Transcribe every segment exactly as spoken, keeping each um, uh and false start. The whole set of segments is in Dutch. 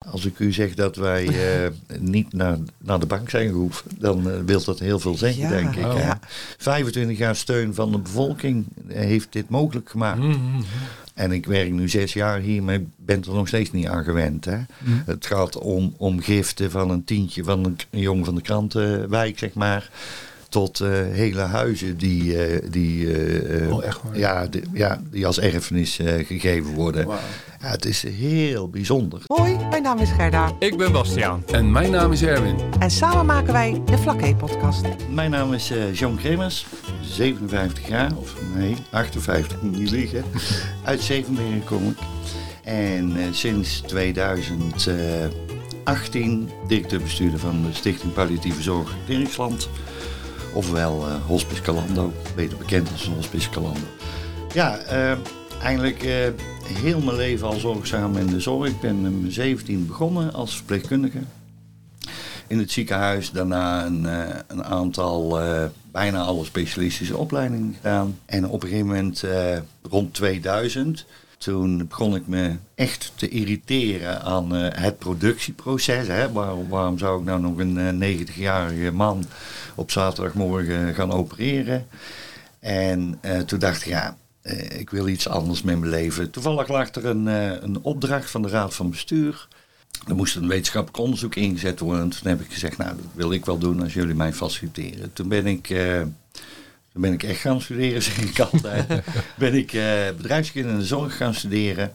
als ik u zeg dat wij uh, niet naar, naar de bank zijn gehoeven, dan uh, wil dat heel veel zeggen, ja, denk ik. Oh. Ja. vijfentwintig jaar steun van de bevolking heeft dit mogelijk gemaakt. Mm-hmm. En ik werk nu zes jaar hier, maar ik ben er nog steeds niet aan gewend. Hè? Mm. Het gaat om, om giften van een tientje van een, een jongen van de krantenwijk, zeg maar. Tot uh, hele huizen die, uh, die, uh, oh, echt waar? Ja, die, ja, die als erfenis uh, gegeven worden. Wow. Ja, het is heel bijzonder. Hoi, mijn naam is Gerda. Ik ben Bastiaan. En mijn naam is Erwin. En samen maken wij de Vlakke-podcast. Mijn naam is uh, John Kremers, zevenenvijftig jaar, of nee, achtenvijftig, moet niet liegen. Uit Zevenbergen kom ik. En uh, sinds tweeduizend achttien directeur-bestuurder van de Stichting Palliatieve Zorg Dirksland. Ofwel uh, Hospice Calando, beter bekend als Hospice Calando. Ja, uh, eigenlijk uh, heel mijn leven al zorgzaam in de zorg. Ik ben in mijn zeventien begonnen als verpleegkundige. In het ziekenhuis, daarna een, uh, een aantal, uh, bijna alle specialistische opleidingen gedaan. En op een gegeven moment, uh, rond tweeduizend... Toen begon ik me echt te irriteren aan uh, het productieproces. Hè? Waar, waarom zou ik nou nog een uh, negentigjarige man op zaterdagmorgen gaan opereren? En uh, toen dacht ik, ja, uh, ik wil iets anders met mijn leven. Toevallig lag er een, uh, een opdracht van de Raad van Bestuur. Er moest een wetenschappelijk onderzoek ingezet worden. En toen heb ik gezegd, nou, dat wil ik wel doen als jullie mij faciliteren. Toen ben ik... Uh, Toen ben ik echt gaan studeren, zeg ik altijd. ben ik uh, bedrijfskunde en zorg gaan studeren.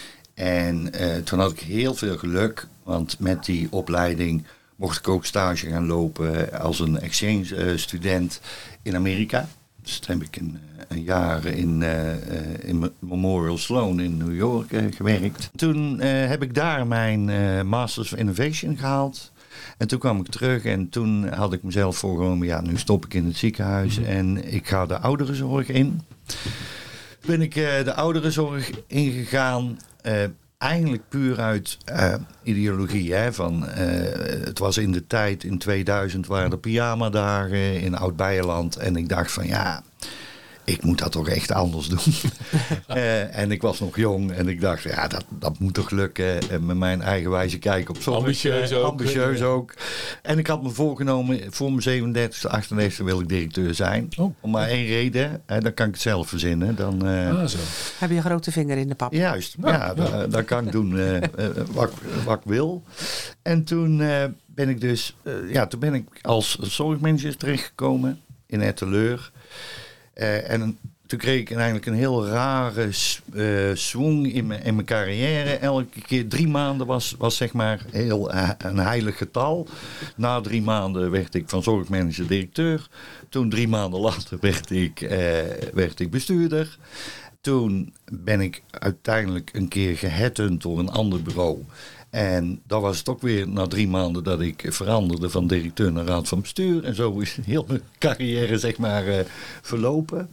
En uh, toen had ik heel veel geluk. Want met die opleiding mocht ik ook stage gaan lopen als een exchange uh, student in Amerika. Dus toen heb ik een, een jaar in, uh, in Memorial Sloan in New York uh, gewerkt. Toen uh, heb ik daar mijn uh, Masters of Innovation gehaald. En toen kwam ik terug en toen had ik mezelf voorgenomen, ja, nu stop ik in het ziekenhuis en ik ga de ouderenzorg in. Toen ben ik uh, de ouderenzorg ingegaan, uh, eigenlijk puur uit uh, ideologie. Hè, van, uh, het was in de tijd, in tweeduizend waren er pyjama-dagen in Oud-Beijerland en ik dacht van ja... Ik moet dat toch echt anders doen. uh, en ik was nog jong en ik dacht, ja, dat, dat moet toch lukken. En met mijn eigenwijze kijk op zorg. Ambitieus ook. Ambitieus ook. En ik had me voorgenomen, voor mijn zevenendertigste, achtendertigste wil ik directeur zijn. Oh. Om maar één reden. En dan kan ik het zelf verzinnen. Dan, uh, ah, zo. Heb je een grote vinger in de pap? Juist, ja, ja, ja. Dan, dan kan ik doen uh, uh, wat, wat ik wil. En toen uh, ben ik dus, uh, ja, toen ben ik als zorgmanager terechtgekomen in Etteleur. Uh, en toen kreeg ik eigenlijk een heel rare uh, swing in mijn, in mijn carrière. Elke keer drie maanden was, was zeg maar heel uh, een heilig getal. Na drie maanden werd ik van zorgmanager directeur. Toen drie maanden later werd ik, uh, werd ik bestuurder. Toen ben ik uiteindelijk een keer geheadhunt door een ander bureau. En dan was het ook weer na drie maanden dat ik veranderde van directeur naar raad van bestuur. En zo is heel mijn carrière zeg maar uh, verlopen.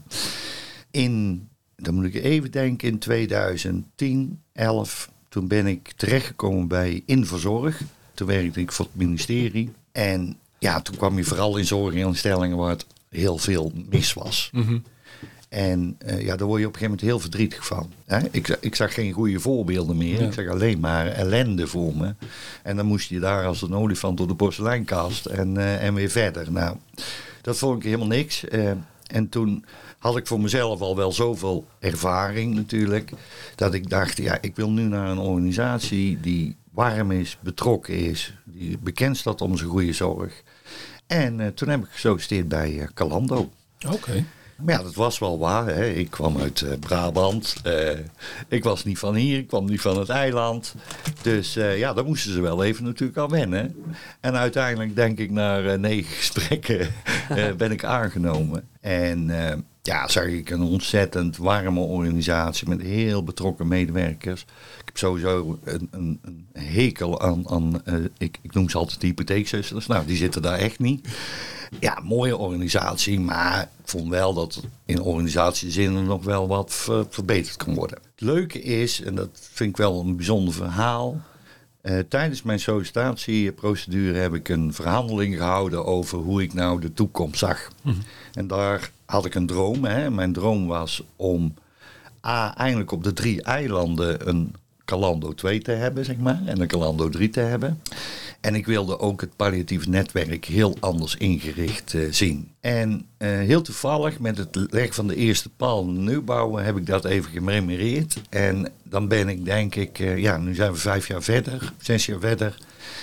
In, dan moet ik even denken, in tweeduizend tien, elf, toen ben ik terechtgekomen bij Inverzorg. Toen werkte ik voor het ministerie. En ja, toen kwam je vooral in zorginstellingen waar het heel veel mis was. Mm-hmm. En uh, ja, daar word je op een gegeven moment heel verdrietig van. Hè? Ik, ik zag geen goede voorbeelden meer. Ja. Ik zag alleen maar ellende voor me. En dan moest je daar als een olifant door de porseleinkast en, uh, en weer verder. Nou, dat vond ik helemaal niks. Uh, en toen had ik voor mezelf al wel zoveel ervaring natuurlijk. Dat ik dacht, ja, ik wil nu naar een organisatie die warm is, betrokken is. Die bekend staat om zijn goede zorg. En uh, toen heb ik gesolliciteerd bij uh, Calando. Oké. Okay. Maar ja, dat was wel waar. Hè. Ik kwam uit uh, Brabant. Uh, ik was niet van hier. Ik kwam niet van het eiland. Dus uh, ja, daar moesten ze wel even natuurlijk aan wennen. En uiteindelijk denk ik na uh, negen gesprekken uh, ben ik aangenomen. En uh, ja, zag ik een ontzettend warme organisatie met heel betrokken medewerkers. Ik heb sowieso een, een, een hekel aan, aan uh, ik, ik noem ze altijd de hypotheekzusters. Nou, die zitten daar echt niet. Ja, mooie organisatie, maar ik vond wel dat in organisatiezin er nog wel wat ver, verbeterd kan worden. Het leuke is, en dat vind ik wel een bijzonder verhaal. Uh, tijdens mijn sollicitatieprocedure heb ik een verhandeling gehouden over hoe ik nou de toekomst zag. Mm-hmm. En daar had ik een droom. Hè. Mijn droom was om A, eindelijk op de drie eilanden een Calando twee te hebben, zeg maar. En een Calando drie te hebben. En ik wilde ook het palliatieve netwerk heel anders ingericht uh, zien. En uh, heel toevallig met het leggen van de eerste paal in de nieuwbouw heb ik dat even gememoreerd. En dan ben ik denk ik, uh, ja, nu zijn we vijf jaar verder, zes jaar verder.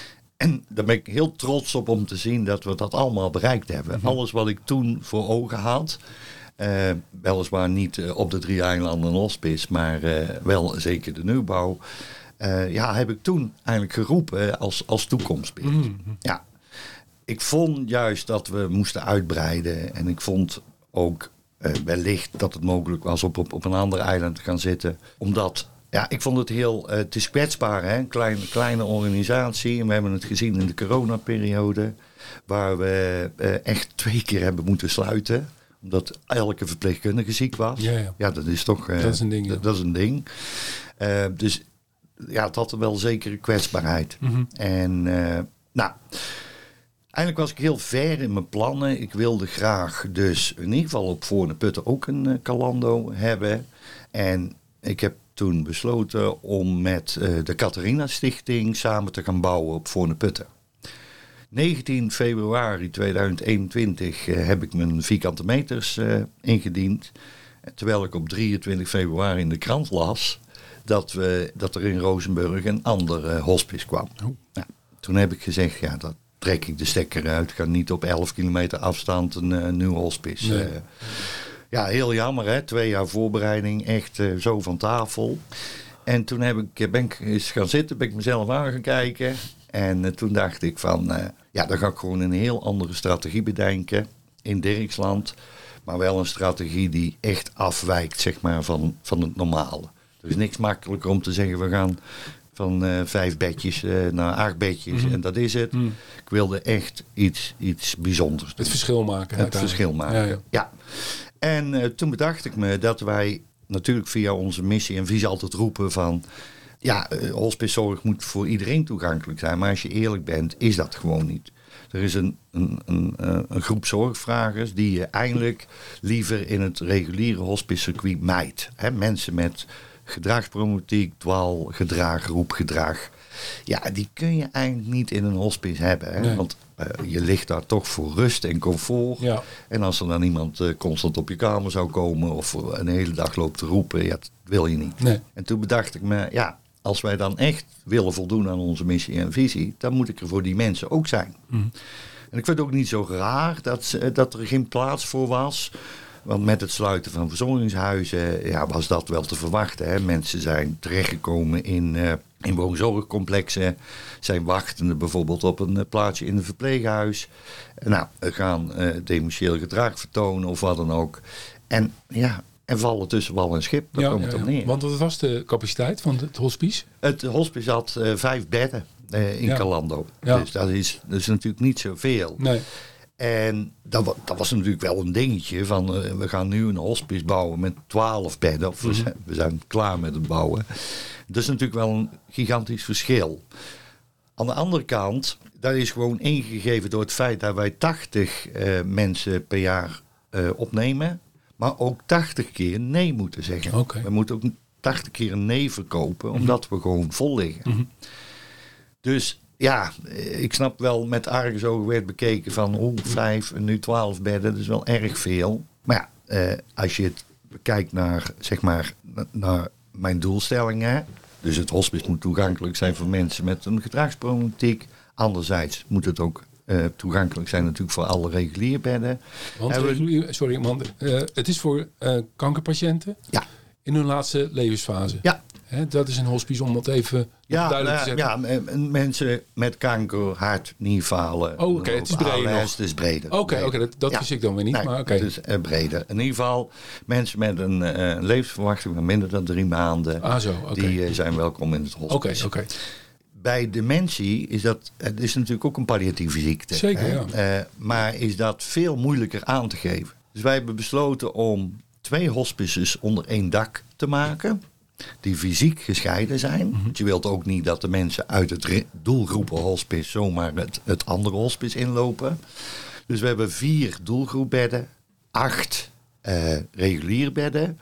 En daar ben ik heel trots op om te zien dat we dat allemaal bereikt hebben. Mm-hmm. Alles wat ik toen voor ogen had, uh, weliswaar niet uh, op de drie eilanden hospice, maar uh, wel zeker de nieuwbouw. Uh, ja, heb ik toen eigenlijk geroepen als, als toekomstbeeld. Mm-hmm. Ja, ik vond juist dat we moesten uitbreiden. En ik vond ook uh, wellicht dat het mogelijk was op, op, op een ander eiland te gaan zitten. Omdat, ja, ik vond het heel, uh, het is kwetsbaar, hè? Een kleine, kleine organisatie. En we hebben het gezien in de coronaperiode. Waar we uh, echt twee keer hebben moeten sluiten. Omdat elke verpleegkundige ziek was. Ja, ja. ja dat is toch uh, dat is een ding. Ja. Dat, dat is een ding. Uh, dus ja, het had wel zekere kwetsbaarheid. Mm-hmm. En uh, nou, eigenlijk was ik heel ver in mijn plannen. Ik wilde graag dus in ieder geval op Voorne-Putten ook een uh, Calando hebben. En ik heb toen besloten om met uh, de Catharina Stichting samen te gaan bouwen op Voorne-Putten. negentien februari tweeduizend eenentwintig uh, heb ik mijn vierkante meters uh, ingediend. Terwijl ik op drieëntwintig februari in de krant las dat, we, dat er in Rozenburg een ander uh, hospice kwam. Oh. Nou, toen heb ik gezegd, ja, dat trek ik de stekker uit. Ik ga niet op elf kilometer afstand een uh, nieuw hospice. Nee. Uh, ja, heel jammer, hè. Twee jaar voorbereiding, echt uh, zo van tafel. En toen heb ik, ben ik eens gaan zitten, ben ik mezelf aan gaan kijken. En uh, toen dacht ik van, uh, ja, dan ga ik gewoon een heel andere strategie bedenken in Dirksland. Maar wel een strategie die echt afwijkt, zeg maar, van, van het normale. Er is niks makkelijker om te zeggen, we gaan van uh, vijf bedjes uh, naar acht bedjes. Mm-hmm. En dat is het. Mm. Ik wilde echt iets, iets bijzonders doen. Het verschil maken. Het verschil maken, ja. ja. ja. En uh, toen bedacht ik me dat wij natuurlijk via onze missie en visie altijd roepen van, ja, uh, hospicezorg moet voor iedereen toegankelijk zijn. Maar als je eerlijk bent, is dat gewoon niet. Er is een, een, een, een groep zorgvragers die je eigenlijk liever in het reguliere hospicecircuit mijdt. Hè, mensen met gedragsproblematiek, dwaalgedrag, roepgedrag. Ja, die kun je eigenlijk niet in een hospice hebben. Hè? Nee. Want uh, je ligt daar toch voor rust en comfort. Ja. En als er dan iemand uh, constant op je kamer zou komen of een hele dag loopt te roepen, ja, dat wil je niet. Nee. En toen bedacht ik me, ja, als wij dan echt willen voldoen aan onze missie en visie, dan moet ik er voor die mensen ook zijn. Mm. En ik vind het ook niet zo raar dat, dat er geen plaats voor was. Want met het sluiten van verzorgingshuizen ja, was dat wel te verwachten. Hè. Mensen zijn terechtgekomen in, uh, in woonzorgcomplexen. Zijn wachtende bijvoorbeeld op een uh, plaatsje in een verpleeghuis. Nou, gaan uh, demonstreel gedrag vertonen of wat dan ook. En ja, en vallen tussen wal en schip. Dat ja, komt ja, ja. op neer. Want wat was de capaciteit van het hospice? Het hospice had uh, vijf bedden uh, in ja. Calando. Ja. Dus dat is, dat is natuurlijk niet zoveel. Nee. En dat, dat was natuurlijk wel een dingetje van uh, we gaan nu een hospice bouwen met twaalf bedden. Of we zijn, we zijn klaar met het bouwen. Dat is natuurlijk wel een gigantisch verschil. Aan de andere kant, dat is gewoon ingegeven door het feit dat wij tachtig uh, mensen per jaar uh, opnemen. Maar ook tachtig keer nee moeten zeggen. Okay. We moeten ook tachtig keer een nee verkopen, omdat we gewoon vol liggen. Mm-hmm. Dus ja, ik snap wel, met argusogen werd bekeken van oh, vijf en nu twaalf bedden, dat is wel erg veel. Maar ja, eh, als je het kijkt naar, zeg maar, naar mijn doelstellingen, dus het hospice moet toegankelijk zijn voor mensen met een gedragsproblematiek. Anderzijds moet het ook uh, toegankelijk zijn natuurlijk voor alle reguliere bedden. Want, we, sorry, want uh, het is voor uh, kankerpatiënten ja. in hun laatste levensfase. Ja. He, dat is een hospice om het even ja, duidelijk te zetten. Ja, mensen met kanker, hart, nierfalen. Oh, oké, okay, het is breder nog. Het is breder. Oké, okay, okay, dat, dat ja. wist ik dan weer niet. Nee, maar okay. Het is uh, breder. In ieder geval, mensen met een uh, levensverwachting van minder dan drie maanden, ah, zo, okay. die uh, zijn welkom in het hospice. Oké, okay, oké. Okay. Bij dementie is dat, het is natuurlijk ook een palliatieve ziekte. Zeker, hè? ja. Uh, maar is dat veel moeilijker aan te geven. Dus wij hebben besloten om twee hospices onder één dak te maken, die fysiek gescheiden zijn. Mm-hmm. Want je wilt ook niet dat de mensen uit het re- doelgroepenhospice zomaar het, het andere hospice inlopen. Dus we hebben vier doelgroepbedden, acht uh, reguliere bedden,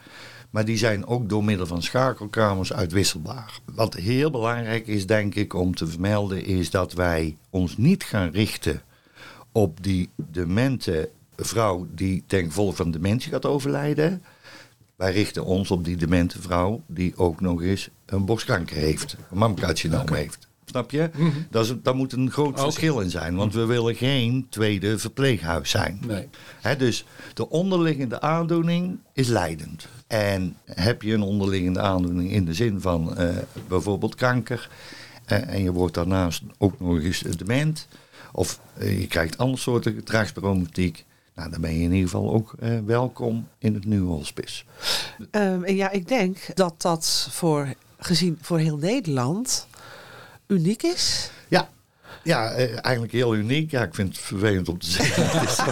Maar die zijn ook door middel van schakelkamers uitwisselbaar. Wat heel belangrijk is, denk ik, om te vermelden, is dat wij ons niet gaan richten op die demente vrouw die ten gevolge van dementie gaat overlijden. Wij richten ons op die demente vrouw die ook nog eens een borstkanker heeft. Een mammocarcinoom okay. heeft. Snap je? Mm-hmm. Dat is, daar moet een groot okay. verschil in zijn. Want we willen geen tweede verpleeghuis zijn. Nee. He, dus de onderliggende aandoening is leidend. En heb je een onderliggende aandoening in de zin van uh, bijvoorbeeld kanker. Uh, en je wordt daarnaast ook nog eens dement. Of uh, je krijgt andere soorten gedragsproblematiek. Nou, dan ben je in ieder geval ook uh, welkom in het nieuwe hospice. Um, ja, ik denk dat dat voor, gezien voor heel Nederland uniek is. Ja, ja uh, eigenlijk heel uniek. Ja, ik vind het vervelend om te zeggen. Het is zo.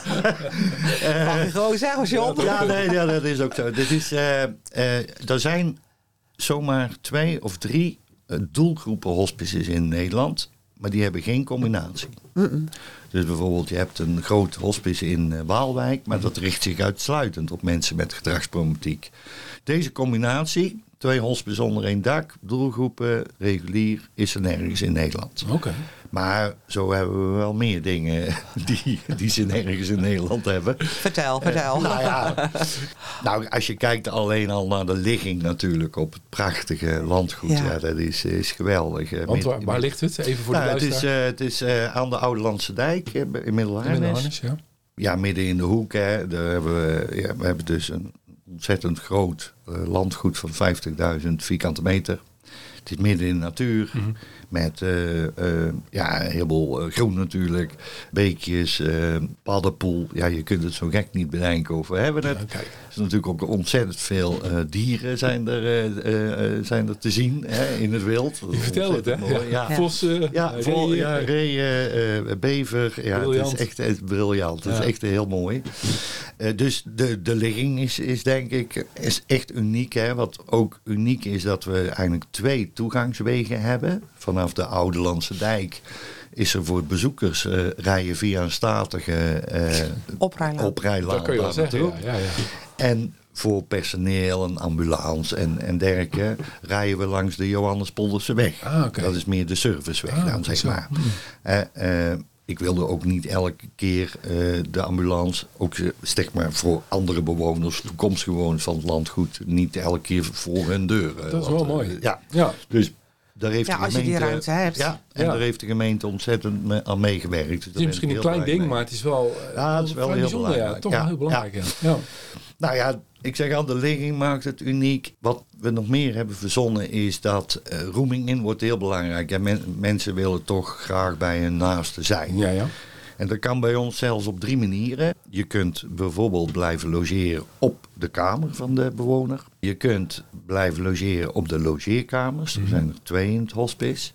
uh, Mag je gewoon zeggen als je onder... Ja, nee, ja, dat is ook zo. Dit is, uh, uh, er zijn zomaar twee of drie uh, doelgroepen hospices in Nederland. Maar die hebben geen combinatie. Mm-mm. Dus bijvoorbeeld, je hebt een groot hospice in uh, Waalwijk, maar dat richt zich uitsluitend op mensen met gedragsproblematiek. Deze combinatie, twee hospices onder één dak, doelgroepen, regulier, is er nergens in Nederland. Oké. Okay. Maar zo hebben we wel meer dingen die, die ze nergens in Nederland hebben. Vertel, vertel. Uh, nou ja, nou, als je kijkt alleen al naar de ligging natuurlijk op het prachtige landgoed. Ja, ja dat is, is geweldig. Uh, Want waar, waar ligt het? Even voor nou, de luisteraar. Het is, uh, het is uh, aan de Oude Landse Dijk uh, in Middelharnis. Ja. ja, midden in de hoek. Hè. Daar hebben we, ja, we hebben dus een ontzettend groot uh, landgoed van vijftigduizend vierkante meter. Het is midden in de natuur. Mm-hmm. Met uh, uh, ja, een heleboel uh, groen natuurlijk. Beekjes, uh, paddenpoel. Ja, je kunt het zo gek niet bedenken of we hebben het. Ja, okay. Er zijn natuurlijk ook ontzettend veel uh, dieren zijn er, uh, uh, zijn er te zien hè, in het wild. Je vertelt het, hè? Ja. Ja. Vossen, ja, reeën, ja, reeën uh, bever. Ja, briljant. Het is echt, echt briljant. Het ja. is echt heel mooi. Uh, dus de, de ligging is, is denk ik is echt uniek. Hè? Wat ook uniek is dat we eigenlijk twee toegangswegen hebben. Vanaf de Oude Landse Dijk is er voor bezoekers uh, rijden via een statige uh, oprijlaan. oprijlaan. Dat kun je wel zeggen, ja, ja, ja. En voor personeel, een ambulance en, en dergelijke rijden we langs de Johannes Polderseweg. Ah, okay. Dat is meer de serviceweg ah, dan, zeg maar. Hmm. Uh, uh, ik wilde ook niet elke keer uh, de ambulance, ook zeg maar voor andere bewoners, toekomstige bewoners van het landgoed, niet elke keer voor hun deur. Uh, dat is wel uh, mooi. Ja, ja. Dus daar heeft ja, de als gemeente, je die ruimte hebt. Ja, en ja. daar heeft de gemeente ontzettend me, aan meegewerkt. Dus het is misschien een klein ding, mee. maar het is wel, ja, het is wel heel bijzonder. belangrijk. Ja, toch ja, wel heel belangrijk. Ja. Ja. Ja. Nou ja, ik zeg al, de ligging maakt het uniek. Wat we nog meer hebben verzonnen is dat uh, rooming in wordt heel belangrijk. Ja, men, mensen willen toch graag bij hun naaste zijn. Ja, ja. En dat kan bij ons zelfs op drie manieren. Je kunt bijvoorbeeld blijven logeren op de kamer van de bewoner. Je kunt blijven logeren op de logeerkamers. Er zijn er twee in het hospice.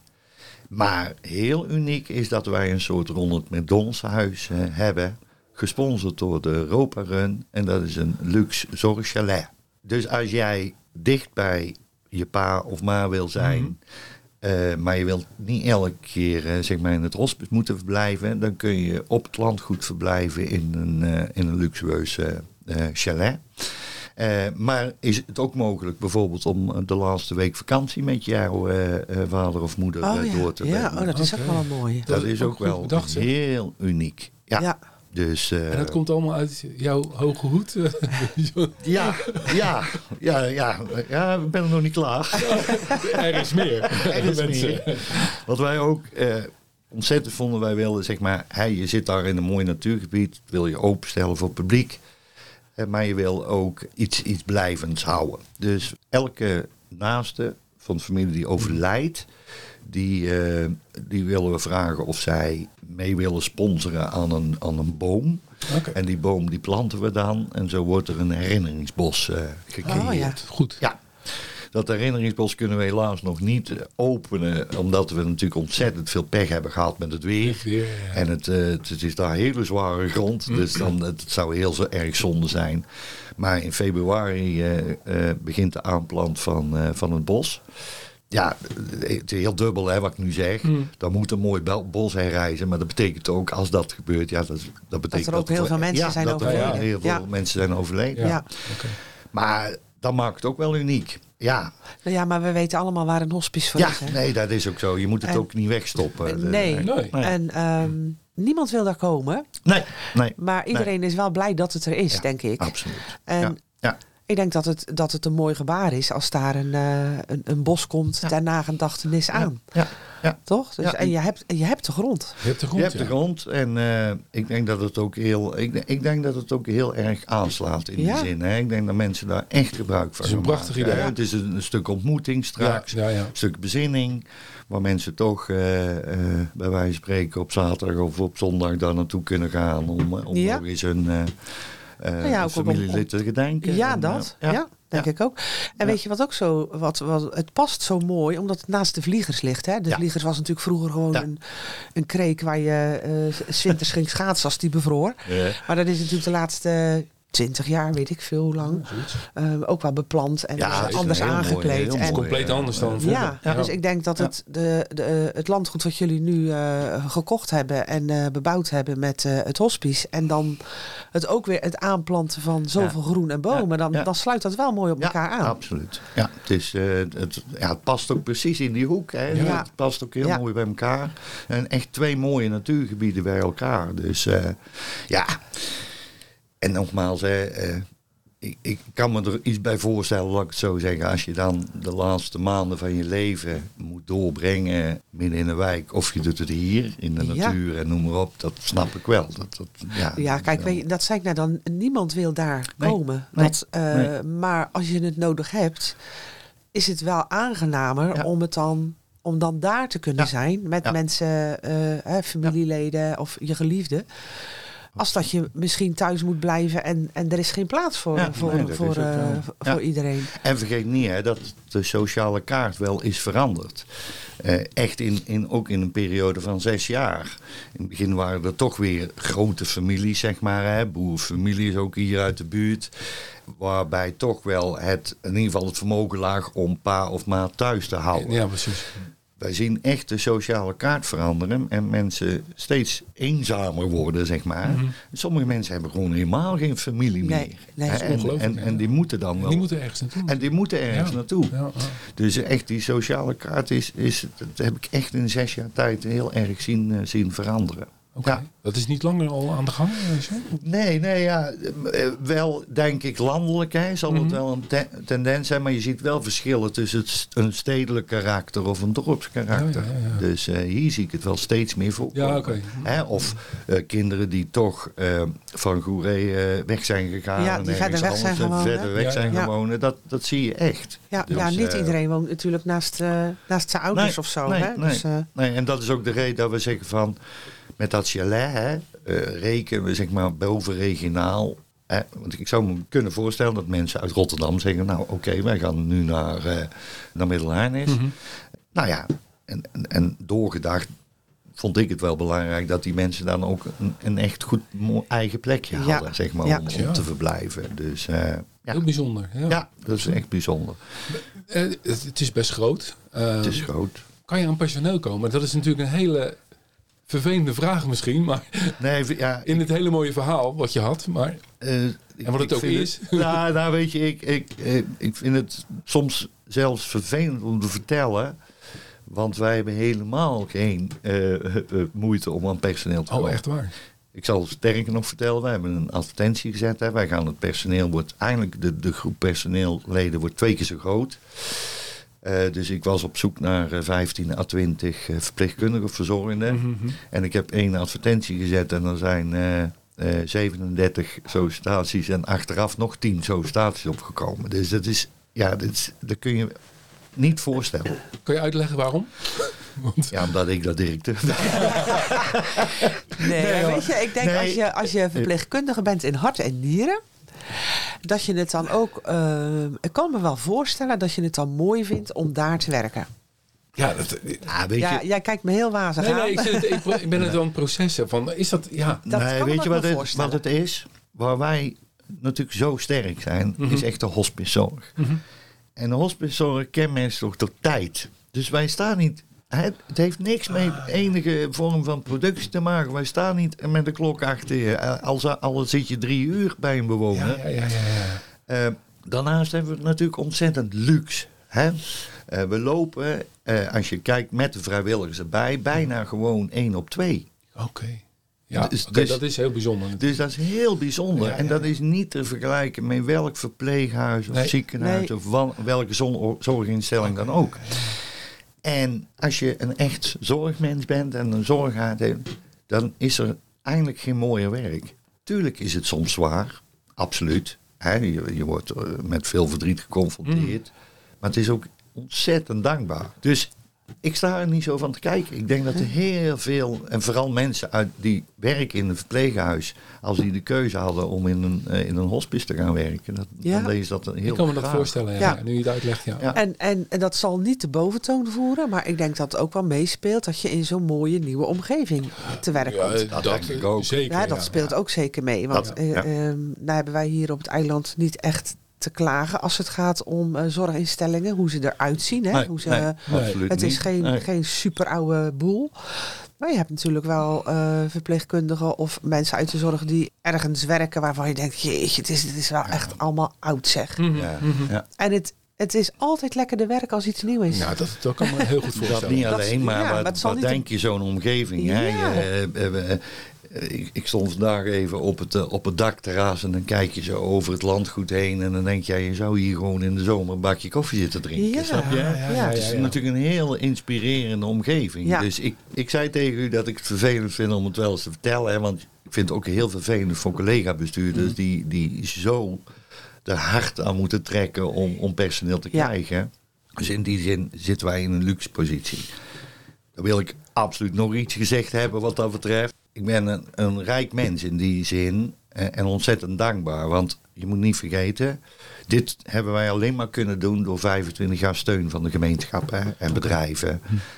Maar heel uniek is dat wij een soort Ronald McDonald's huis uh, hebben. Gesponsord door de Europa Run. En dat is een luxe zorgchalet. Dus als jij dicht bij je pa of ma wil zijn... Mm-hmm. Uh, maar je wilt niet elke keer uh, zeg maar in het hospice moeten verblijven. Dan kun je op het landgoed verblijven in een, uh, in een luxueus uh, uh, chalet. Uh, maar is het ook mogelijk bijvoorbeeld om de laatste week vakantie met jouw uh, uh, vader of moeder oh, uh, ja. door te brengen? brengen? Ja, oh, dat is okay. ook wel een mooie. Dat, dat is ook, ook wel bedacht, heel uniek. Ja. ja. Dus, uh, en dat komt allemaal uit jouw hoge hoed? ja, ja, ja, ja, ja, ik ben er nog niet klaar. Er is meer. Er is meer. Wat wij ook uh, ontzettend vonden, wij wilden zeg maar, hey, je zit daar in een mooi natuurgebied, wil je openstellen voor het publiek, uh, maar je wil ook iets, iets blijvends houden. Dus elke naaste van de familie die overlijdt, Die, uh, die willen we vragen of zij mee willen sponsoren aan een, aan een boom. Okay. En die boom die planten we dan. En zo wordt er een herinneringsbos uh, gecreëerd. Oh, ja. Goed. Ja. Dat herinneringsbos kunnen we helaas nog niet openen. Omdat we natuurlijk ontzettend veel pech hebben gehad met het weer. weer ja. En het, uh, het is daar hele zware grond. Mm-hmm. Dus dan, het zou heel zo erg zonde zijn. Maar in februari uh, uh, begint de aanplant van, uh, van het bos. Ja, het is heel dubbel hè, wat ik nu zeg. Hmm. Dan moet een mooi bos herrijzen. Maar dat betekent ook, als dat gebeurt... Ja, dat, dat betekent dat er ook dat heel veel mensen ja, zijn dat overleden. Er heel veel ja. mensen zijn overleden. Ja. Ja. Okay. Maar dat maakt het ook wel uniek. Ja. Nou ja, maar we weten allemaal waar een hospice voor ja, is. Hè? Nee, dat is ook zo. Je moet het en, ook niet wegstoppen. Nee. nee. nee. En um, niemand wil daar komen. Nee. nee. Maar iedereen nee. is wel blij dat het er is, ja, denk ik. Absoluut. En ja. Ja. ik denk dat het, dat het een mooi gebaar is als daar een, uh, een, een bos komt ja. ter nagedachtenis aan. Ja. Ja. Ja. Toch? Dus, ja. En je hebt, je hebt de grond. Je hebt de grond, je hebt ja. de grond. En uh, ik denk dat het ook heel, ik, ik denk dat het ook heel erg aanslaat in ja. die zin. Hè? Ik denk dat mensen daar echt gebruik van maken. Het is een prachtig idee. Ja, het is een, een stuk ontmoeting straks. Ja. Ja, ja. Een stuk bezinning. Waar mensen toch uh, uh, bij wijze van spreken op zaterdag of op zondag daar naartoe kunnen gaan. Om, om ja. nog eens een uh, uh, ja, familielid te gedenken. Ja, en, dat. Uh, ja. ja. Denk ja. ik ook. En ja. weet je wat ook zo, wat, wat, het past zo mooi, omdat het naast de Vliegers ligt. Hè? De ja. Vliegers was natuurlijk vroeger gewoon ja. een, een kreek waar je uh, 's winters ging schaatsen als die bevroor. Ja. Maar dat is natuurlijk de laatste twintig jaar, weet ik veel hoe lang. Ja, uh, ook wel beplant en ja, anders aangekleed. Mooi, en, compleet anders dan vroeger. Ja, ja, dus ik denk dat ja. het, de, de, het landgoed wat jullie nu uh, gekocht hebben en uh, bebouwd hebben met uh, het hospice. En dan het ook weer het aanplanten van zoveel ja. groen en bomen. Ja. Dan, ja. dan sluit dat wel mooi op ja, elkaar aan. Absoluut. Ja, het, is, uh, het, ja, het past ook precies in die hoek. Hè. Ja. Het past ook heel ja. mooi bij elkaar. En echt twee mooie natuurgebieden bij elkaar. Dus uh, ja... En nogmaals, hè, uh, ik, ik kan me er iets bij voorstellen, laat ik het zo zeggen. Als je dan de laatste maanden van je leven moet doorbrengen midden in een wijk. Of je doet het hier, in de ja. natuur en noem maar op. Dat snap ik wel. Dat, dat, ja, ja, kijk, weet je, dat zei ik nou dan. Niemand wil daar nee, komen. Nee, dat, uh, nee. Maar als je het nodig hebt, is het wel aangenamer ja. om het dan... om dan daar te kunnen ja. zijn met ja. mensen, uh, hè, familieleden ja. of je geliefde. Als dat je misschien thuis moet blijven en, en er is geen plaats voor, ja, voor, nee, voor, uh, voor ja. iedereen. En vergeet niet hè, dat de sociale kaart wel is veranderd. Uh, echt in, in, ook in een periode van zes jaar. In het begin waren er toch weer grote families, zeg maar. Hè, boerenfamilies ook hier uit de buurt. Waarbij toch wel het, in ieder geval het vermogen lag om pa of ma thuis te houden. Ja, precies. Wij zien echt de sociale kaart veranderen en mensen steeds eenzamer worden, zeg maar. Mm-hmm. Sommige mensen hebben gewoon helemaal geen familie nee, meer. Nee, dat is en, en, en die moeten dan wel. Die moeten ergens naartoe. En die moeten ergens ja. naartoe. Ja, ja. Dus echt die sociale kaart is, is, dat heb ik echt in zes jaar tijd heel erg zien, uh, zien veranderen. Oké, okay. ja. Dat is niet langer al aan de gang? Zo? Nee, nee, ja. Wel denk ik landelijk hè, zal mm-hmm. het wel een te- tendens zijn. Maar je ziet wel verschillen tussen het, een stedelijk karakter of een dorpskarakter. Ja, ja, ja. Dus uh, hier zie ik het wel steeds meer voorkomen. Ja, okay. Hè, of uh, kinderen die toch uh, van Goeree uh, weg zijn gegaan. Ja, die verder weg zijn gewoond. Verder weg ja, zijn ja. gewoond. Dat, dat zie je echt. Ja, dus, ja niet uh, iedereen woont natuurlijk naast, uh, naast zijn ouders nee, of zo. Nee, hè? Nee, dus, uh, nee, en dat is ook de reden dat we zeggen van... Met dat chalet hè, uh, rekenen we zeg maar bovenregionaal. Hè, want ik zou me kunnen voorstellen dat mensen uit Rotterdam zeggen... nou oké, okay, wij gaan nu naar, uh, naar Middelharnis. Mm-hmm. Nou ja, en, en, en doorgedacht vond ik het wel belangrijk... dat die mensen dan ook een, een echt goed eigen plekje ja. hadden, zeg maar, ja. om, om ja. te verblijven. Dus, uh, ja. Heel bijzonder. Ja. ja, dat is echt bijzonder. Uh, het, het is best groot. Uh, het is groot. Kan je aan personeel komen? Dat is natuurlijk een hele... vervelende vraag misschien, maar nee, ja, in het hele mooie verhaal wat je had, maar uh, en wat het ook is. Het, nou, nou, weet je, ik, ik, ik vind het soms zelfs vervelend om te vertellen, want wij hebben helemaal geen uh, uh, moeite om aan personeel te komen. Oh, echt waar? Ik zal sterker nog vertellen, wij hebben een advertentie gezet. Hè. Wij gaan het personeel, wordt eigenlijk de, de groep personeelleden wordt twee keer zo groot. Uh, dus ik was op zoek naar uh, vijftien à twintig uh, verpleegkundige of verzorgenden. Mm-hmm. En ik heb één advertentie gezet en er zijn uh, uh, zevenendertig sollicitaties en achteraf nog tien sollicitaties opgekomen. Dus dat is, ja, dat, is, dat kun je niet voorstellen. Kun je uitleggen waarom? Want... Ja, omdat ik dat directeur ben. nee, nee weet je, ik denk nee. als, je, als je verpleegkundige bent in hart en nieren... dat je het dan ook... Uh, ik kan me wel voorstellen dat je het dan mooi vindt om daar te werken. Ja, dat, ja, weet je, ja jij kijkt me heel wazig nee, aan. Nee, ik, zit, ik, ik ben het aan het processen van... Is dat... Ja. dat nee, kan weet je wat het, wat het is? Waar wij natuurlijk zo sterk zijn... Mm-hmm. is echt de hospicezorg. Mm-hmm. En de hospicezorg kenmerkt toch door tijd. Dus wij staan niet... Het heeft niks met enige vorm van productie te maken. Wij staan niet met de klok achter je. Al, al zit je drie uur bij een bewoner. Ja, ja, ja, ja, ja. Uh, Daarnaast hebben we het natuurlijk ontzettend luxe. Hè? Uh, we lopen, uh, als je kijkt met de vrijwilligers erbij, bijna gewoon één op twee. Oké. Okay. Ja, dus, okay, dus, dat is heel bijzonder. Dus dat is heel bijzonder. Ja, ja. En dat is niet te vergelijken met welk verpleeghuis of nee. ziekenhuis nee. of wel, welke zorginstelling okay. dan ook. En als je een echt zorgmens bent en een zorgaard hebt, dan is er eigenlijk geen mooier werk. Tuurlijk is het soms zwaar, absoluut. He, je, je wordt met veel verdriet geconfronteerd. Mm. Maar het is ook ontzettend dankbaar. Dus ik sta er niet zo van te kijken. Ik denk dat er heel veel, en vooral mensen uit die werken in een verpleeghuis, als die de keuze hadden om in een, uh, in een hospice te gaan werken, dat, ja. dan lees dat heel Ik kan me dat voorstellen, ja. Ja. Ja, nu je het uitlegt. Ja. Ja. En, en, en dat zal niet de boventoon voeren, maar ik denk dat het ook wel meespeelt dat je in zo'n mooie nieuwe omgeving te werk komt. Ja, dat, dat denk ik ook. Zeker, ja, dat ja. speelt ja. ook zeker mee. Want dat, ja. uh, uh, nou hebben wij hier op het eiland niet echt te klagen als het gaat om uh, zorginstellingen, hoe ze eruit zien. Hè? Nee, hoe ze, nee, uh, het is geen, nee. geen super oude boel. Maar je hebt natuurlijk wel uh, verpleegkundigen of mensen uit de zorg die ergens werken waarvan je denkt, jeetje, het is, het is wel echt allemaal oud zeg. Mm-hmm. Ja. Mm-hmm. Ja. En het, het is altijd lekker de werk als iets nieuw is. Nou, dat, dat kan me heel goed voorstellen. Dat niet alleen, dat, maar ja, wat, wat denk je zo'n omgeving? Ja. Hè? Je, uh, uh, uh, Ik, ik stond vandaag even op het, uh, op het dakterras en dan kijk je zo over het landgoed heen en dan denk je, ja, je zou hier gewoon in de zomer een bakje koffie zitten drinken. Ja, snap je? Ja, ja, ja, het is ja, ja. natuurlijk een heel inspirerende omgeving. Ja. Dus ik, ik zei tegen u dat ik het vervelend vind om het wel eens te vertellen, hè, want ik vind het ook heel vervelend voor collega-bestuurders mm. die, die zo er hard aan moeten trekken om, om personeel te ja. krijgen. Dus in die zin zitten wij in een luxe positie. Dan wil ik absoluut nog iets gezegd hebben wat dat betreft. Ik ben een, een rijk mens in die zin eh, en ontzettend dankbaar. Want je moet niet vergeten, dit hebben wij alleen maar kunnen doen door vijfentwintig jaar steun van de gemeenschap hè, en bedrijven.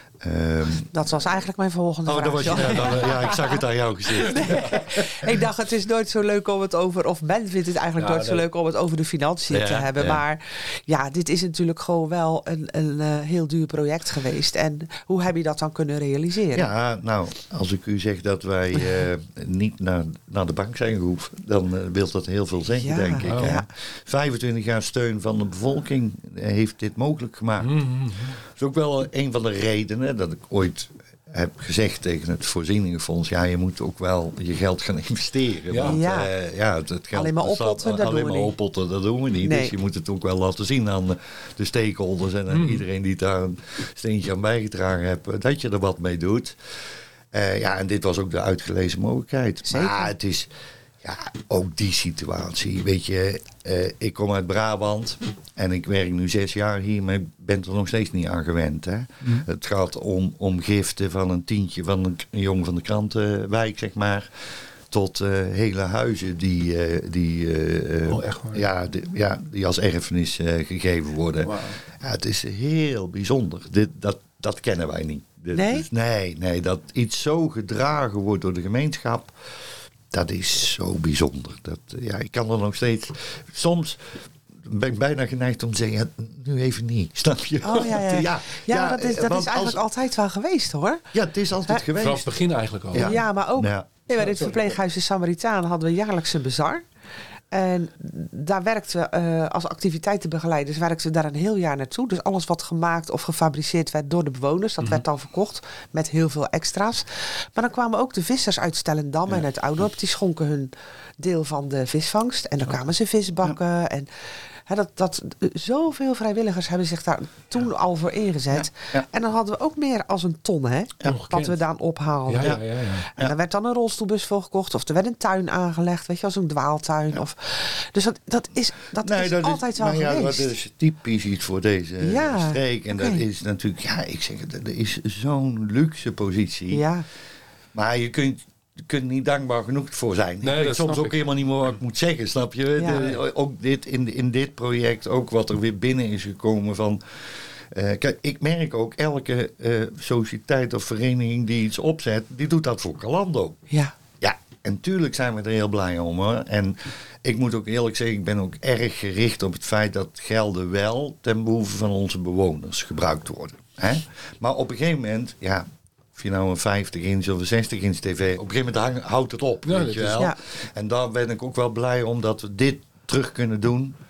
Um, dat was eigenlijk mijn volgende oh, vraag. Was je, ja, dan, ja, ik zag het aan jouw gezicht. Nee, ik dacht, het is nooit zo leuk om het over, of Ben vindt het eigenlijk ja, nooit nee. zo leuk om het over de financiën ja, te hebben. Ja. Maar ja, dit is natuurlijk gewoon wel een, een uh, heel duur project geweest. En hoe heb je dat dan kunnen realiseren? Ja, nou, als ik u zeg dat wij uh, niet naar, naar de bank zijn gehoefd, dan uh, wil dat heel veel zeggen, ja. denk ik. Oh. Ja. vijfentwintig jaar steun van de bevolking heeft dit mogelijk gemaakt. Mm-hmm. Dat is ook wel een van de redenen dat ik ooit heb gezegd tegen het voorzieningenfonds, ja, je moet ook wel je geld gaan investeren. Ja. Want Ja. Uh, ja, het, het geld alleen maar oppotten, dat, alleen doen maar we oppotten, dat doen we niet. Nee. Dus je moet het ook wel laten zien aan de, de stakeholders en aan mm. iedereen die daar een steentje aan bijgedragen heeft, dat je er wat mee doet. Uh, ja, en dit was ook de uitgelezen mogelijkheid. Zeker. Maar het is ja, ook die situatie. Weet je, uh, ik kom uit Brabant en ik werk nu zes jaar hier, maar ik ben er nog steeds niet aan gewend. Hè? Mm. Het gaat om, om giften van een tientje van een, een jongen van de krantenwijk, zeg maar, tot uh, hele huizen die, uh, die, uh, oh, echt waar? Ja, die, ja, die als erfenis uh, gegeven worden. Wow. Ja, het is heel bijzonder. Dit, dat, dat kennen wij niet. Dit, nee? Dus, nee, nee, dat iets zo gedragen wordt door de gemeenschap. Dat is zo bijzonder. Dat, ja, ik kan er nog steeds. Soms ben ik bijna geneigd om te zeggen, ja, nu even niet. Snap je? Oh, ja, ja. ja, ja, ja dat is, dat is eigenlijk als, altijd wel geweest, hoor. Ja, het is altijd ja, geweest. Vanaf het begin eigenlijk al. Ja, ja maar ook ja. Nee, bij dit verpleeghuis de Samaritaan hadden we jaarlijks een bazaar. En daar werkten we uh, als activiteitenbegeleiders werkten we daar een heel jaar naartoe. Dus alles wat gemaakt of gefabriceerd werd door de bewoners, dat mm-hmm. werd dan verkocht met heel veel extra's. Maar dan kwamen ook de vissers uit Stellendam ja. en uit Oudorp. Die schonken hun deel van de visvangst. En dan kwamen ze visbakken. Ja. En He, dat, dat, zoveel vrijwilligers hebben zich daar toen ja. al voor ingezet. Ja. Ja. En dan hadden we ook meer als een ton, hè, ja. wat we dan ophaalden. Ja, ja, ja, ja. En dan werd dan een rolstoelbus voor gekocht. Of er werd een tuin aangelegd, weet je, als een dwaaltuin. Ja. Of, dus dat, dat is, dat nee, is dat altijd is, wel ja, geweest. Dat is typisch iets voor deze ja. streek. En okay. dat is natuurlijk, ja, ik zeg het, dat is zo'n luxe positie. Ja. Maar je kunt... Je kunt niet dankbaar genoeg voor zijn. Nee, ik weet soms ook ik. helemaal niet meer wat ik moet zeggen, snap je? Ja. De, ook dit, in, in dit project, ook wat er weer binnen is gekomen van... Uh, kijk, ik merk ook, elke uh, sociëteit of vereniging die iets opzet, die doet dat voor Calando. Ja. Ja, en tuurlijk zijn we er heel blij om, hoor. En ik moet ook eerlijk zeggen, ik ben ook erg gericht op het feit dat gelden wel ten behoeve van onze bewoners gebruikt worden. Hè? Maar op een gegeven moment, ja... Of je nou een vijftig inch of een zestig inch tv... Op een gegeven moment hang, houdt het op, ja, weet je wel. Is, ja. En daar ben ik ook wel blij om dat we dit terug kunnen doen.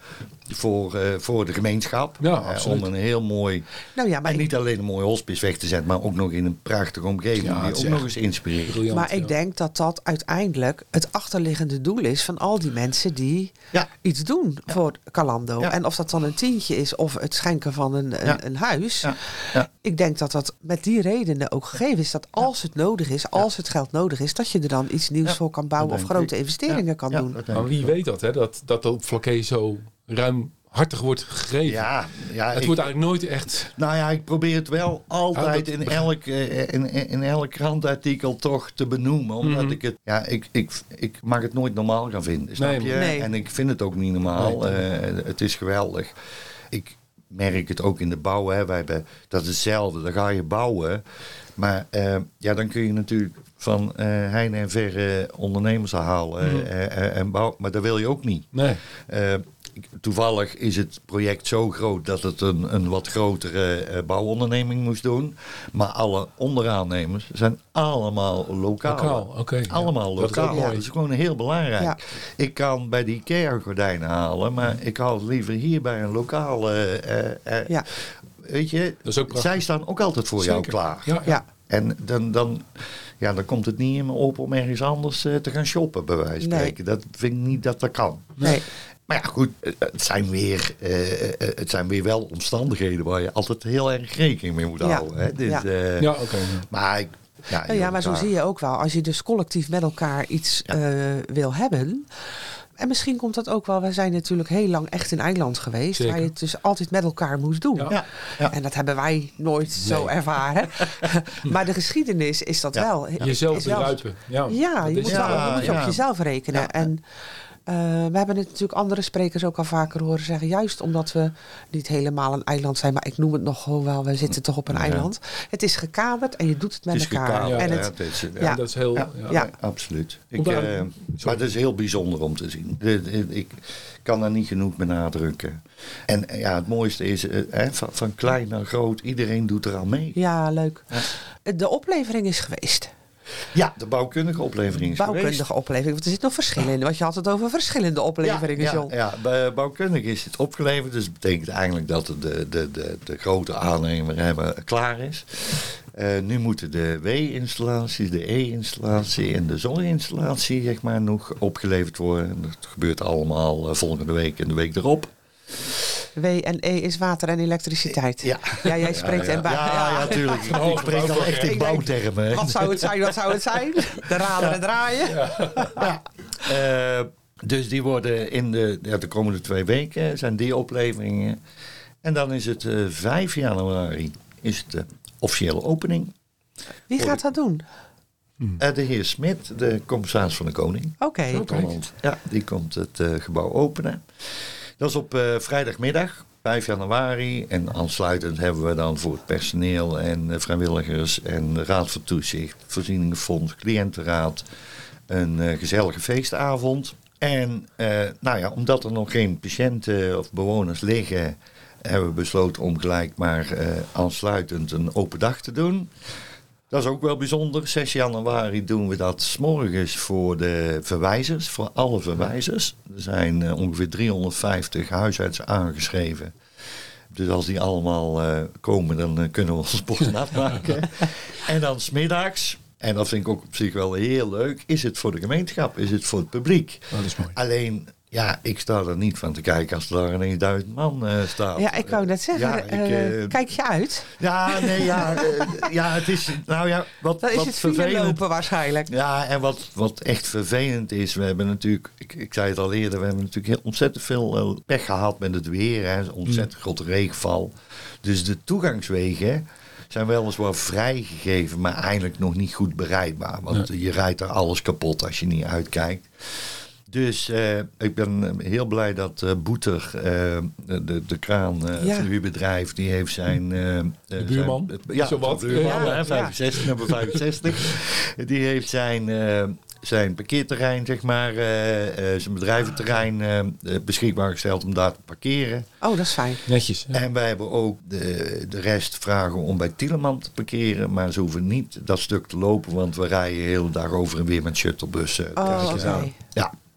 voor, uh, voor de gemeenschap. Ja, uh, om een heel mooi... Nou ja, maar en ik... niet alleen een mooi hospice weg te zetten, maar ook nog in een prachtige omgeving. Ja, die ook nog eens inspireert. Briljant, maar ik ja. denk dat dat uiteindelijk het achterliggende doel is van al die mensen die ja. iets doen ja. voor Calando. Ja. En of dat dan een tientje is of het schenken van een, een, ja. een huis. Ja. Ja. Ik denk dat dat met die redenen ook gegeven is. Dat als het nodig is, als het geld nodig is, dat je er dan iets nieuws ja. voor kan bouwen of grote ik. investeringen ja. kan ja, doen. Maar wie weet dat, hè? Dat, dat op Flaké zo ruimhartig wordt gegeven. Ja, ja, het ik, wordt eigenlijk nooit echt... Nou ja, ik probeer het wel altijd in elk, uh, in, in elk krantartikel toch te benoemen. Omdat mm-hmm. ik het... Ja, ik, ik, ik mag het nooit normaal gaan vinden. Snap nee, je? Nee. En ik vind het ook niet normaal. Nee. Uh, het is geweldig. Ik merk het ook in de bouw. Hè. Wij hebben, dat is hetzelfde. Dan ga je bouwen. Maar uh, ja, dan kun je natuurlijk van uh, heine en verre ondernemers halen. Mm-hmm. uh, uh, en bouw, maar dat wil je ook niet. Nee. Uh, Toevallig is het project zo groot dat het een, een wat grotere uh, bouwonderneming moest doen. Maar alle onderaannemers zijn allemaal lokaal. Lokaal, okay, allemaal ja. lokaal. Dat is, ja. dat is gewoon heel belangrijk. Ja. Ik kan bij de IKEA gordijnen halen, maar ik haal het liever hier bij een lokale... Uh, uh, ja. Weet je, zij staan ook altijd voor Zeker. jou klaar. Ja, ja. En dan... dan Ja, dan komt het niet in me op om ergens anders uh, te gaan shoppen, bij wijze van spreken. Nee. Dat vind ik niet dat dat kan. Nee. Maar ja, goed, het zijn, weer, uh, het zijn weer wel omstandigheden waar je altijd heel erg rekening mee moet ja. houden. Hè? Dus, ja, uh, ja oké. Okay. Maar, ik, ja, ja, ja, maar zo zie je ook wel. Als je dus collectief met elkaar iets ja. uh, wil hebben... En misschien komt dat ook wel. We zijn natuurlijk heel lang echt in eiland geweest. Zeker. Waar je het dus altijd met elkaar moest doen. Ja. Ja. Ja. En dat hebben wij nooit nee. zo ervaren. Maar de geschiedenis is dat ja. wel. Jezelf begrijpen. Ja, ja je moet, ja, wel, je moet ja. op jezelf rekenen. Ja. En uh, we hebben het natuurlijk andere sprekers ook al vaker horen zeggen. Juist omdat we niet helemaal een eiland zijn. Maar ik noem het nog gewoon wel. We zitten toch op een ja. eiland. Het is gekaderd en je doet het met het elkaar. Ja, en ja, het, het is, ja. ja, dat is heel... Ja, ja. ja. absoluut. Ik, uh, maar het is heel bijzonder om te zien. Ik kan dat niet genoeg benadrukken. En ja, het mooiste is, uh, van, van klein naar groot, iedereen doet er aan mee. Ja, leuk. Ja. De oplevering is geweest. Ja, de bouwkundige oplevering is bouwkundige geweest. oplevering, want er zit nog verschil in. Want je had het over verschillende opleveringen, ja, John. Ja, ja, bouwkundig is het opgeleverd. Dus dat betekent eigenlijk dat de, de, de, de grote aannemer hebben klaar is. Uh, nu moeten de W-installatie, de E-installatie en de zonneinstallatie zeg maar, nog opgeleverd worden. Dat gebeurt allemaal uh, volgende week en de week erop. W en E is water en elektriciteit. Ja, ja jij spreekt ja, ja. in bouw. Ja, ja, ja, natuurlijk. Ik, ik spreek al echt in bouwtermen. Wat zou het zijn, wat zou het zijn? De raden en draaien. Ja. Ja. Uh, dus die worden in de, ja, de komende twee weken zijn die opleveringen. En dan is het uh, vijf januari is de officiële opening. Wie gaat dat doen? Uh, de heer Smit, de commissaris van de Koning. Oké. Okay. Okay. Ja, die komt het uh, gebouw openen. Dat is op uh, vrijdagmiddag, vijf januari. En aansluitend hebben we dan voor het personeel en uh, vrijwilligers en de Raad van Toezicht, Voorzieningenfonds, Cliëntenraad een uh, gezellige feestavond. En uh, nou ja, omdat er nog geen patiënten of bewoners liggen, hebben we besloten om gelijk maar uh, aansluitend een open dag te doen. Dat is ook wel bijzonder. zes januari doen we dat 's morgens voor de verwijzers, voor alle verwijzers. Er zijn uh, ongeveer driehonderdvijftig huisartsen aangeschreven. Dus als die allemaal uh, komen, dan uh, kunnen we ons bord nat maken. En dan 's middags, en dat vind ik ook op zich wel heel leuk, is het voor de gemeenschap, is het voor het publiek. Dat is mooi. Alleen... Ja, ik sta er niet van te kijken als er daar ineens duizend man uh, staat. Ja, ik wou net zeggen, ja, ik, uh, kijk je uit? Ja, nee, ja, uh, ja, het is, nou ja, wat, Dan is wat het vervelend. lopen waarschijnlijk. Ja, en wat, wat echt vervelend is, we hebben natuurlijk, ik, ik zei het al eerder, we hebben natuurlijk heel ontzettend veel uh, pech gehad met het weer, hè, ontzettend grote regenval. Dus de toegangswegen zijn weliswaar vrijgegeven, maar eigenlijk nog niet goed bereikbaar. Want ja. je rijdt er alles kapot als je niet uitkijkt. Dus uh, ik ben heel blij dat uh, Boeter, uh, de, de kraan uh, ja. van uw bedrijf, die heeft zijn... Uh, de buurman? Zijn, ja, zo wat. buurman, Ja. Hè, vijfenzestig, nummer vijfenzestig. Die heeft zijn, uh, zijn parkeerterrein, zeg maar, uh, uh, zijn bedrijventerrein uh, beschikbaar gesteld om daar te parkeren. Oh, dat is fijn. Netjes. Ja. En wij hebben ook de, de rest vragen om bij Tieleman te parkeren, maar ze hoeven niet dat stuk te lopen, want we rijden de hele dag over en weer met shuttlebussen. Oh, oké. Okay. Ja.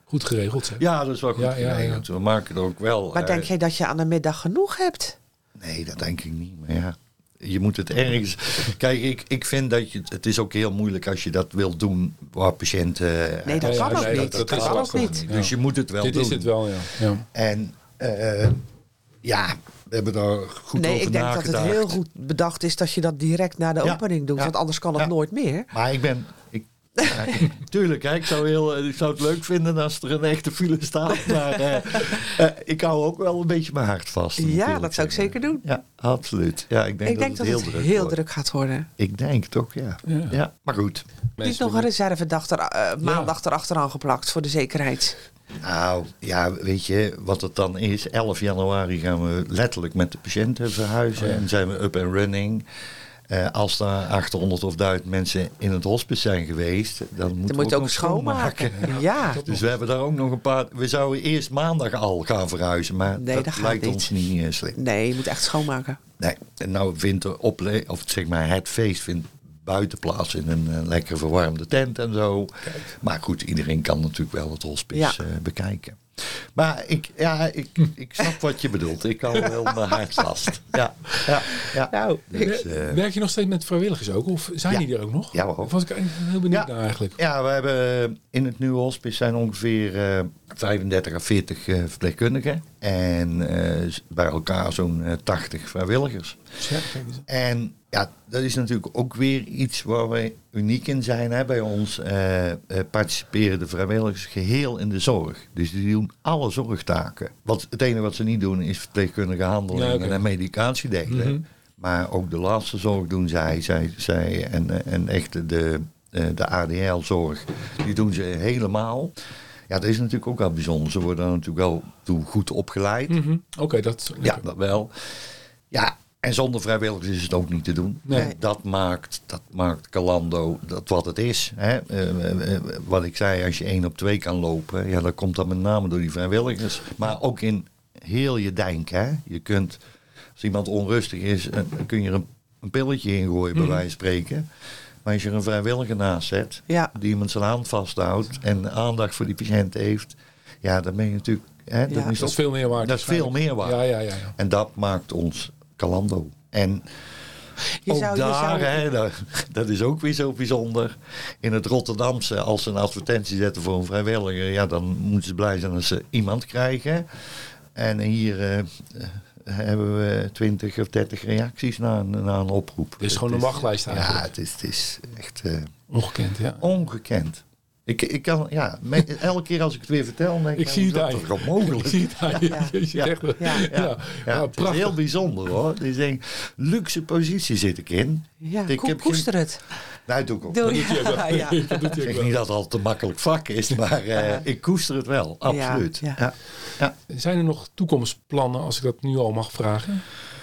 goed geregeld zijn. Ja, dat is wel goed ja, ja, geregeld. ja. We maken er ook wel... Maar denk uh, jij dat je aan de middag genoeg hebt? Nee, dat denk ik niet. Maar ja, je moet het ergens... Kijk, ik, ik vind dat je... Het is ook heel moeilijk als je dat wilt doen waar patiënten... Nee, dat kan ja, ook nee, niet. Dat, dat dat kan ook niet. Ja. Dus je moet het wel Dit doen. is het wel, ja. ja. En uh, ja, we hebben daar goed nee, over ik denk nagedacht. dat het heel goed bedacht is dat je dat direct na de Ja, opening doet. ja, Want anders kan het ja. nooit meer. Maar ik ben... Ik, ja, ik, tuurlijk, hè, ik, zou heel, ik zou het leuk vinden als er een echte file staat. Maar uh, uh, ik hou ook wel een beetje mijn hart vast. Ja, dat zou ik zeker doen. Ja, absoluut. Ja, ik denk, ik denk dat, dat het het heel, heel, druk, druk gaat worden. Ik denk toch, ja. Ja. ja. Maar goed. Niet nog een reservedag er, uh, maandag ja. erachteraan geplakt voor de zekerheid. Nou, ja, weet je wat het dan is? elf januari gaan we letterlijk met de patiënten verhuizen. Oh ja. En zijn we up and running. Uh, als er achthonderd of duizend mensen in het hospice zijn geweest, dan moeten dan we ook, ook schoonmaken. schoonmaken. Ja. Dus we hebben daar ook nog een paar... We zouden eerst maandag al gaan verhuizen, maar nee, dat, dat lijkt niet. ons niet uh, slim. Nee, je moet echt schoonmaken. Nee, en nou vindt de ople- of zeg maar het feest vindt buiten plaats in een uh, lekker verwarmde tent en zo. Kijk. Maar goed, iedereen kan natuurlijk wel het hospice ja. uh, bekijken. Maar ik, ja, ik, ik snap wat je bedoelt. Ik hou wel mijn hart vast. Ja, ja, ja. Nou, dus, uh, werk je nog steeds met vrijwilligers ook? Of zijn ja. die er ook nog? Ja, hoor. Of was ik heel benieuwd ja. naar eigenlijk? Ja, we hebben in het nieuwe hospice zijn ongeveer uh, vijfendertig à veertig uh, verpleegkundigen. En uh, bij elkaar zo'n uh, tachtig vrijwilligers. Ja, en ja, dat is natuurlijk ook weer iets waar wij uniek in zijn. Hè. Bij ons uh, uh, participeren de vrijwilligers geheel in de zorg. Dus die doen alle zorgtaken. Wat, het enige wat ze niet doen is verpleegkundige handelingen ja, okay. en medicatie delen. Mm-hmm. Maar ook de laatste zorg doen zij. zij, zij en, en echt de, de A D L-zorg, die doen ze helemaal. Ja, dat is natuurlijk ook wel bijzonder. Ze worden natuurlijk wel toe goed opgeleid. Mm-hmm. Oké, okay, dat... Ja, dat wel. Ja, en zonder vrijwilligers is het ook niet te doen. Nee. Dat maakt, dat maakt Calando dat wat het is. Hè? Uh, uh, wat ik zei, als je één op twee kan lopen, ja, dan komt dat met name door die vrijwilligers. Maar ook in heel je denken. Hè? Je kunt, als iemand onrustig is, dan kun je er een, een pilletje in gooien, bij mm. wijze van spreken. Maar als je er een vrijwilliger naast zet, ja. die iemand zijn hand vasthoudt en aandacht voor die patiënt heeft, ja, dan ben je natuurlijk... Hè, ja, dat is, dat is veel meer waard. Dat is veel meer waard. Ja, ja, ja, ja. En dat maakt ons Calando. En je ook zou, daar, je zou... hè, dat, dat is ook weer zo bijzonder. In het Rotterdamse, als ze een advertentie zetten voor een vrijwilliger, ja, dan moeten ze blij zijn als ze iemand krijgen. En hier uh, hebben we twintig of dertig reacties na een, na een oproep. Het is gewoon een wachtlijst eigenlijk. Ja, het is, het is echt uh, ongekend. Ja. Ongekend. Ik, ik kan, ja, me, elke keer als ik het weer vertel, denk ik, ik zie het dat toch mogelijk. Ik zie het aan je. Ja. Je, je ja. Echt, ja. Ja. Ja. Ja. Ja, het is heel bijzonder hoor. Het is een luxe positie zit ik in. Ja, ik ko- koester geen... het. Nee, dat doe ik ook. Doe, dat doet je ja. Ja. Dat doet ik zeg niet dat het al te makkelijk vak is, maar uh, ik koester het wel, absoluut. Ja. Ja. Ja. Zijn er nog toekomstplannen, als ik dat nu al mag vragen?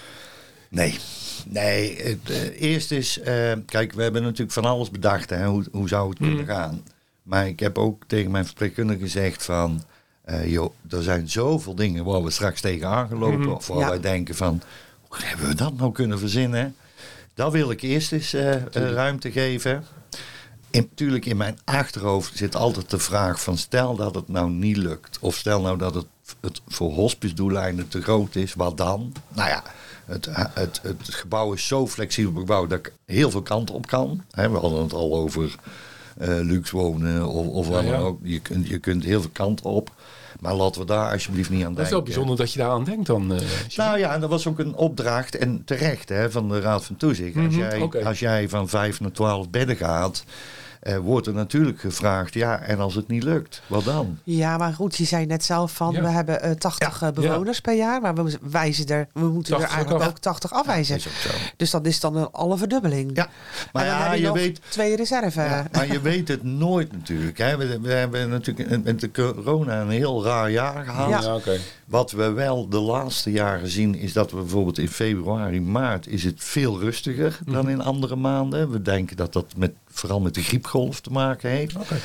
Nee. Nee, het uh, eerst is, uh, kijk, we hebben natuurlijk van alles bedacht, hè, hoe, hoe zou het kunnen mm. gaan. Maar ik heb ook tegen mijn verpleegkundige gezegd van, uh, joh, er zijn zoveel dingen waar we straks tegenaan gelopen, mm-hmm. of waar ja. wij denken van, hoe hebben we dat nou kunnen verzinnen? Dat wil ik eerst eens uh, uh, ruimte geven. Natuurlijk in, in mijn achterhoofd zit altijd de vraag van, stel dat het nou niet lukt, of stel nou dat het, het voor hospice-doeleinden te groot is, wat dan? Nou ja, het, het, het gebouw is zo flexibel gebouwd dat ik heel veel kanten op kan. He, we hadden het al over... Uh, luxe wonen of, of wat dan ja, ja. ook. Je kunt, je kunt heel veel kanten op. Maar laten we daar alsjeblieft niet aan denken. Het is wel bijzonder dat je daar aan denkt dan. Uh, nou ja, en dat was ook een opdracht. En terecht hè, van de Raad van Toezicht. Mm-hmm, als, jij, okay. als jij van vijf naar twaalf bedden gaat... Uh, wordt er natuurlijk gevraagd, ja, en als het niet lukt, wat dan? Ja, maar goed, je zei net zelf van, ja. we hebben uh, tachtig ja. bewoners ja. per jaar, maar we wijzen er, we moeten er eigenlijk af. ook tachtig afwijzen. Ja, dus dat is dan een alle verdubbeling. Ja, maar en dan ja, heb je, je nog weet twee reserve. Ja, maar je weet het nooit natuurlijk. Hè. We, we hebben natuurlijk met de corona een heel raar jaar gehad. Ja. Ja, okay. Wat we wel de laatste jaren zien, is dat we bijvoorbeeld in februari, maart, is het veel rustiger mm-hmm. dan in andere maanden. We denken dat dat met vooral met de griepgolf te maken heeft. Okay.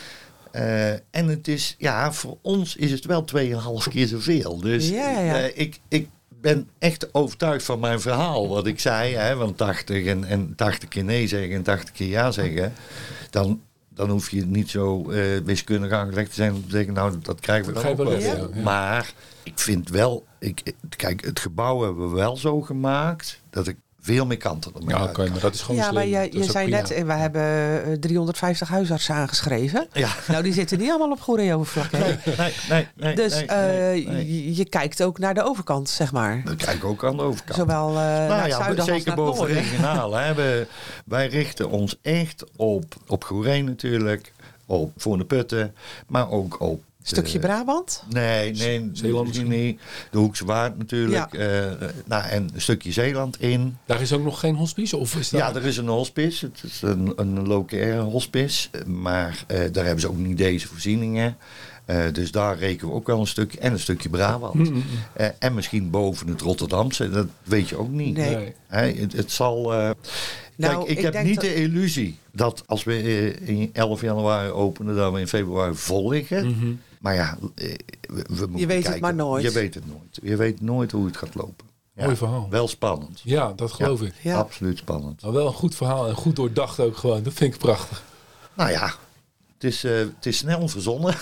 Uh, en het is, ja, voor ons is het wel tweeënhalf keer zoveel. Dus ja, ja. Uh, ik, ik ben echt overtuigd van mijn verhaal. Wat ik zei, hè, van tachtig en, en tachtig keer nee zeggen en tachtig keer ja zeggen. Dan dan hoef je niet zo uh, wiskundig aangelegd te zijn om te zeggen, nou, dat krijgen we dan ook wel. Ja, ja. Maar ik vind wel, ik, kijk, het gebouw hebben we wel zo gemaakt dat ik veel meer kanten ermee Ja, oké, maar dat is gewoon ja, slim. maar je, je zei net, we hebben driehonderdvijftig huisartsen aangeschreven. Ja. Nou, die zitten niet allemaal op Goeree-overvlak. Nee, nee, nee, nee. Dus nee, uh, nee, nee. Je, je kijkt ook naar de overkant, zeg maar. We kijken ook aan de overkant. Zowel uh, nou, naar het ja, zuiden zeker als naar boven het regionaal. Hè. We, wij richten ons echt op, op Goeree natuurlijk, op Voor de Putten, maar ook op stukje Brabant? Nee, nee, Zeeland niet. De Hoekse Waard natuurlijk. Ja. Uh, nou, en een stukje Zeeland in. Daar is ook nog geen hospice? Of is dat... Ja, er is een hospice. Het is een, een locaire hospice. Maar uh, daar hebben ze ook niet deze voorzieningen. Uh, dus daar rekenen we ook wel een stukje. En een stukje Brabant. Mm-hmm. Uh, en misschien boven het Rotterdamse. Dat weet je ook niet. Nee. nee. Hey, het, het zal... Uh, Nou, Kijk, ik, ik heb denk niet dat... de illusie dat als we uh, in elf januari openen, dat we in februari vol liggen. Mm-hmm. Maar ja, we, we moeten Je weet kijken. het maar nooit. Je weet het nooit. Je weet nooit hoe het gaat lopen. Ja, mooi verhaal. Wel spannend. Ja, dat geloof ja, ik. Ja. Absoluut spannend. Maar wel een goed verhaal en goed doordacht ook gewoon. Dat vind ik prachtig. Nou ja, het is, uh, het is snel verzonnen.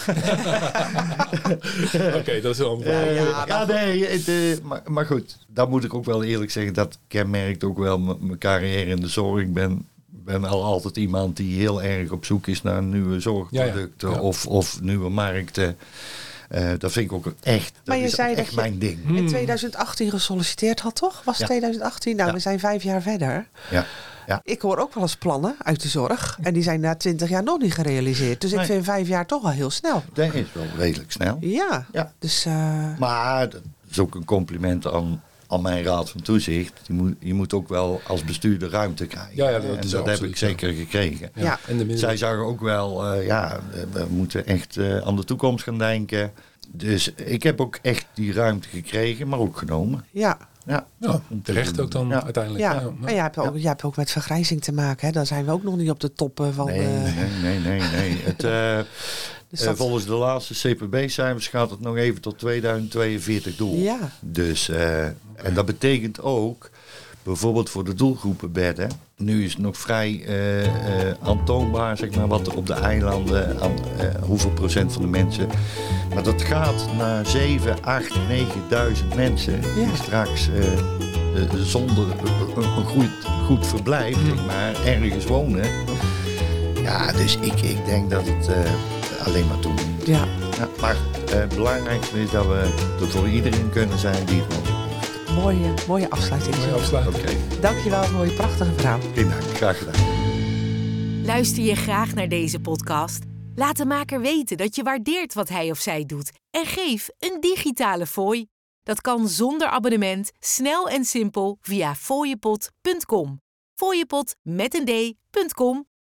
Oké, okay, dat is wel een verhaal. Uh, ja, ja, nee, het, uh, maar, maar goed, dan moet ik ook wel eerlijk zeggen, dat kenmerkt ook wel mijn carrière in de zorg. Ik ben... ben al altijd iemand die heel erg op zoek is naar nieuwe zorgproducten ja, ja. Ja. Of, of nieuwe markten. Uh, dat vind ik ook echt, dat maar je is zei echt dat mijn ding. In twintig achttien gesolliciteerd had, toch? Was het ja. twintig achttien? Nou, ja. we zijn vijf jaar verder. Ja. Ja. Ik hoor ook wel eens plannen uit de zorg. En die zijn na twintig jaar nog niet gerealiseerd. Dus nee. ik vind vijf jaar toch al heel snel. Dat is wel redelijk snel. Ja. ja. Dus, uh... Maar dat is ook een compliment aan... aan mijn raad van toezicht. Je moet, je moet ook wel als bestuurder ruimte krijgen. Ja, ja, dat en is dat absoluut, heb ik zeker ja. gekregen. Ja. Ja. En de Zij zagen ook wel, uh, ja, we moeten echt uh, aan de toekomst gaan denken. Dus ik heb ook echt die ruimte gekregen, maar ook genomen. Ja. Ja, ja terecht ook dan ja. uiteindelijk. Ja. Ja, ja. En jij hebt, ook, jij hebt ook met vergrijzing te maken. Hè? Dan zijn we ook nog niet op de toppen van... Nee, uh... nee, nee, nee. nee. Het, uh, dus dat... uh, volgens de laatste C P B-cijfers gaat het nog even tot tweeduizend tweeënveertig door. Ja. Dus, uh, en dat betekent ook, bijvoorbeeld voor de doelgroepenbedden, nu is het nog vrij uh, uh, aantoonbaar, zeg maar, wat er op de eilanden, aan, uh, hoeveel procent van de mensen. Maar dat gaat naar zeven, acht, negenduizend mensen die ja. straks uh, uh, zonder uh, een goed, goed verblijf, zeg maar, ergens wonen. Ja, dus ik, ik denk dat het uh, alleen maar toeneemt. Ja. Ja, maar uh, het belangrijkste is dat we er voor iedereen kunnen zijn die het nodig heeft. Mooie, mooie afsluiting. Mooie afsluiting. Oké. Okay. Dankjewel voor je prachtige verhaal. Geen dank, graag gedaan. Luister je graag naar deze podcast? Laat de maker weten dat je waardeert wat hij of zij doet. En geef een digitale fooi. Dat kan zonder abonnement, snel en simpel via fooiepot punt com. Fooiepot met een d punt com.